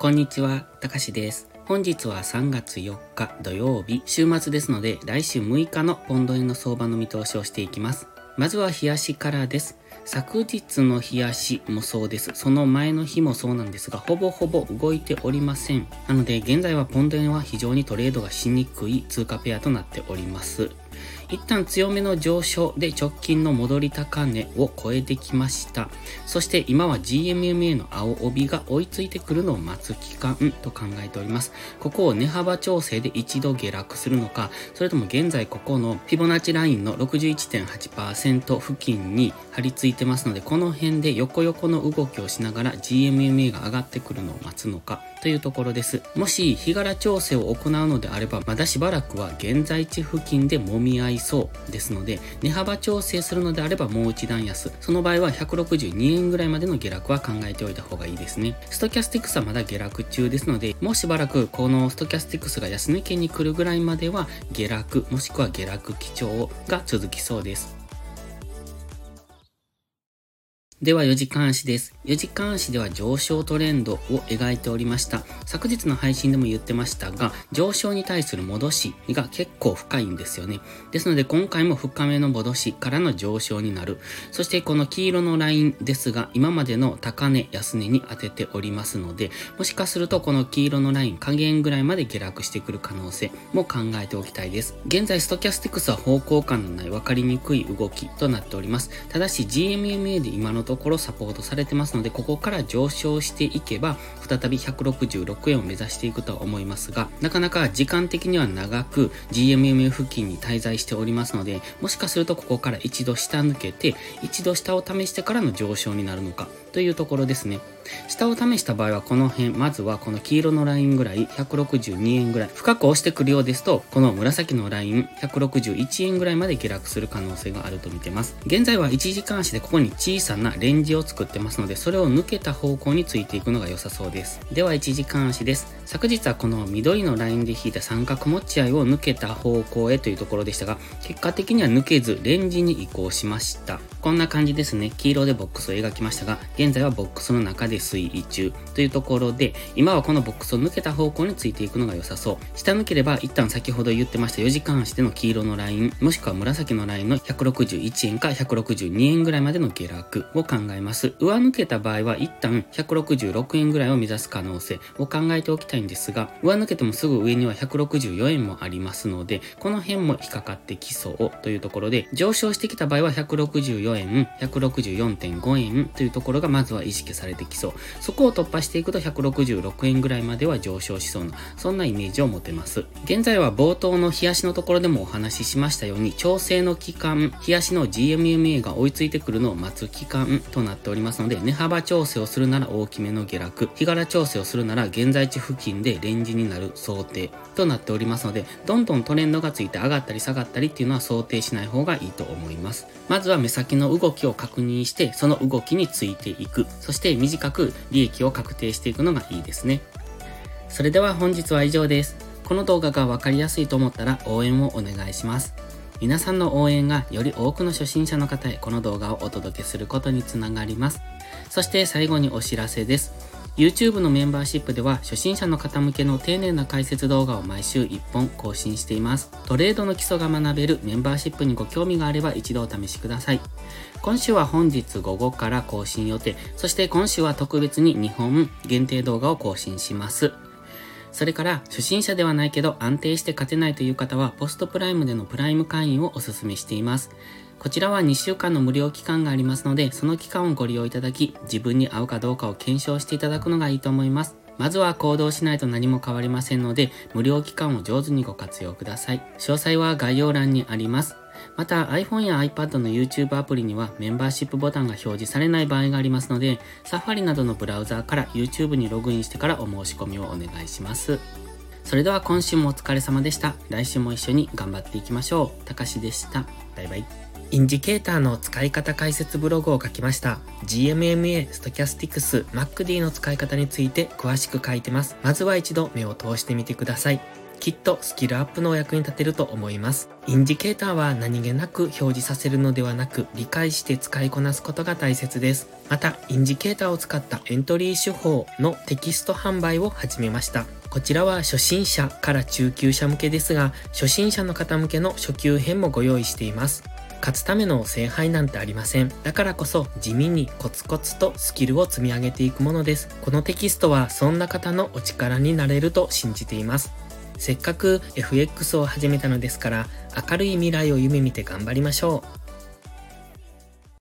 こんにちは、たかしです。本日は3月4日土曜日、週末ですので、来週6日のポンド円の相場の見通しをしていきます。まずは日足からです。昨日の日足もそうです。その前の日もそうなんですが、ほぼほぼ動いておりません。なので、現在はポンド円は非常にトレードがしにくい通貨ペアとなっております。一旦強めの上昇で直近の戻り高値を超えてきました。そして今は GMMA の青帯が追いついてくるのを待つ期間と考えております。ここを値幅調整で一度下落するのか、それとも現在ここのフィボナッチラインの 61.8% 付近に張り付いてますので、この辺で横横の動きをしながら GMMA が上がってくるのを待つのかというところです。もし日柄調整を行うのであれば、まだしばらくは現在地付近で揉み合いそうですので、値幅調整するのであればもう一段安、その場合は162円ぐらいまでの下落は考えておいた方がいいですね。ストキャスティクスはまだ下落中ですので、もうしばらくこのストキャスティクスが安値圏に来るぐらいまでは下落もしくは下落基調が続きそうです。では4時間足です。4時間足では上昇トレンドを描いておりました。昨日の配信でも言ってましたが、上昇に対する戻しが結構深いんですよね。ですので今回も深めの戻しからの上昇になる。そしてこの黄色のラインですが、今までの高値、安値に当てておりますので、もしかするとこの黄色のライン下限ぐらいまで下落してくる可能性も考えておきたいです。現在ストキャスティクスは方向感のない分かりにくい動きとなっております。ただし GMMA で今のところサポートされてますので、ここから上昇していけば再び166円を目指していくとは思いますが、なかなか時間的には長く GMMA 付近に滞在しておりますので、もしかするとここから一度下抜けて一度下を試してからの上昇になるのかというところですね。下を試した場合はこの辺、まずはこの黄色のラインぐらい162円ぐらい深く押してくるようですと、この紫のライン161円ぐらいまで下落する可能性があると見てます。現在は1時間足でここに小さなレンジを作ってますので、それを抜けた方向についていくのが良さそうです。では1時間足です。昨日はこの緑のラインで引いた三角持ち合いを抜けた方向へというところでしたが、結果的には抜けずレンジに移行しました。こんな感じですね。黄色でボックスを描きましたが、現在はボックスの中で推移中というところで、今はこのボックスを抜けた方向についていくのが良さそう。下抜ければ一旦先ほど言ってました4時間足での黄色のライン、もしくは紫のラインの161円か162円ぐらいまでの下落を考えます。上抜けた場合は一旦166円ぐらいを目指す可能性を考えておきたいんですが、上抜けてもすぐ上には164円もありますので、この辺も引っかかってきそうというところで、上昇してきた場合は164円、164.5 円というところがまずは意識されてきそう。そこを突破していくと166円ぐらいまでは上昇しそうな、そんなイメージを持てます。現在は冒頭の日足のところでもお話ししましたように、調整の期間、日足の GMMA が追いついてくるのを待つ期間となっておりますので、値幅調整をするなら大きめの下落、日柄調整をするなら現在地付近でレンジになる想定となっておりますので、どんどんトレンドがついて上がったり下がったりっていうのは想定しない方がいいと思います。まずは目先の動きを確認して、その動きについていく。そして短く利益を確定していくのがいいですね。それでは本日は以上です。この動画がわかりやすいと思ったら応援をお願いします。皆さんの応援がより多くの初心者の方へこの動画をお届けすることにつながります。そして最後にお知らせです。YouTube のメンバーシップでは初心者の方向けの丁寧な解説動画を毎週1本更新しています。トレードの基礎が学べるメンバーシップにご興味があれば一度お試しください。今週は本日午後から更新予定。そして今週は特別に2本限定動画を更新します。それから初心者ではないけど安定して勝てないという方はポストプライムでのプライム会員をお勧めしています。こちらは2週間の無料期間がありますので、その期間をご利用いただき、自分に合うかどうかを検証していただくのがいいと思います。まずは行動しないと何も変わりませんので、無料期間を上手にご活用ください。詳細は概要欄にあります。また iPhone や iPad の YouTube アプリにはメンバーシップボタンが表示されない場合がありますので、Safari などのブラウザーから YouTube にログインしてからお申し込みをお願いします。それでは今週もお疲れ様でした。来週も一緒に頑張っていきましょう。たかしでした。バイバイ。 インジケーターの使い方解説ブログを書きました。GMMA、ストキャスティクス、MACD の使い方について詳しく書いてます。まずは一度目を通してみてください。 きっとスキルアップのお役に立てると思います。インジケーターは何気なく表示させるのではなく、理解して使いこなすことが大切です。また、インジケーターを使ったエントリー手法のテキスト販売を始めました。こちらは初心者から中級者向けですが、初心者の方向けの初級編もご用意しています。勝つための聖杯なんてありません。だからこそ地味にコツコツとスキルを積み上げていくものです。このテキストはそんな方のお力になれると信じています。せっかく FX を始めたのですから、明るい未来を夢見て頑張りましょう。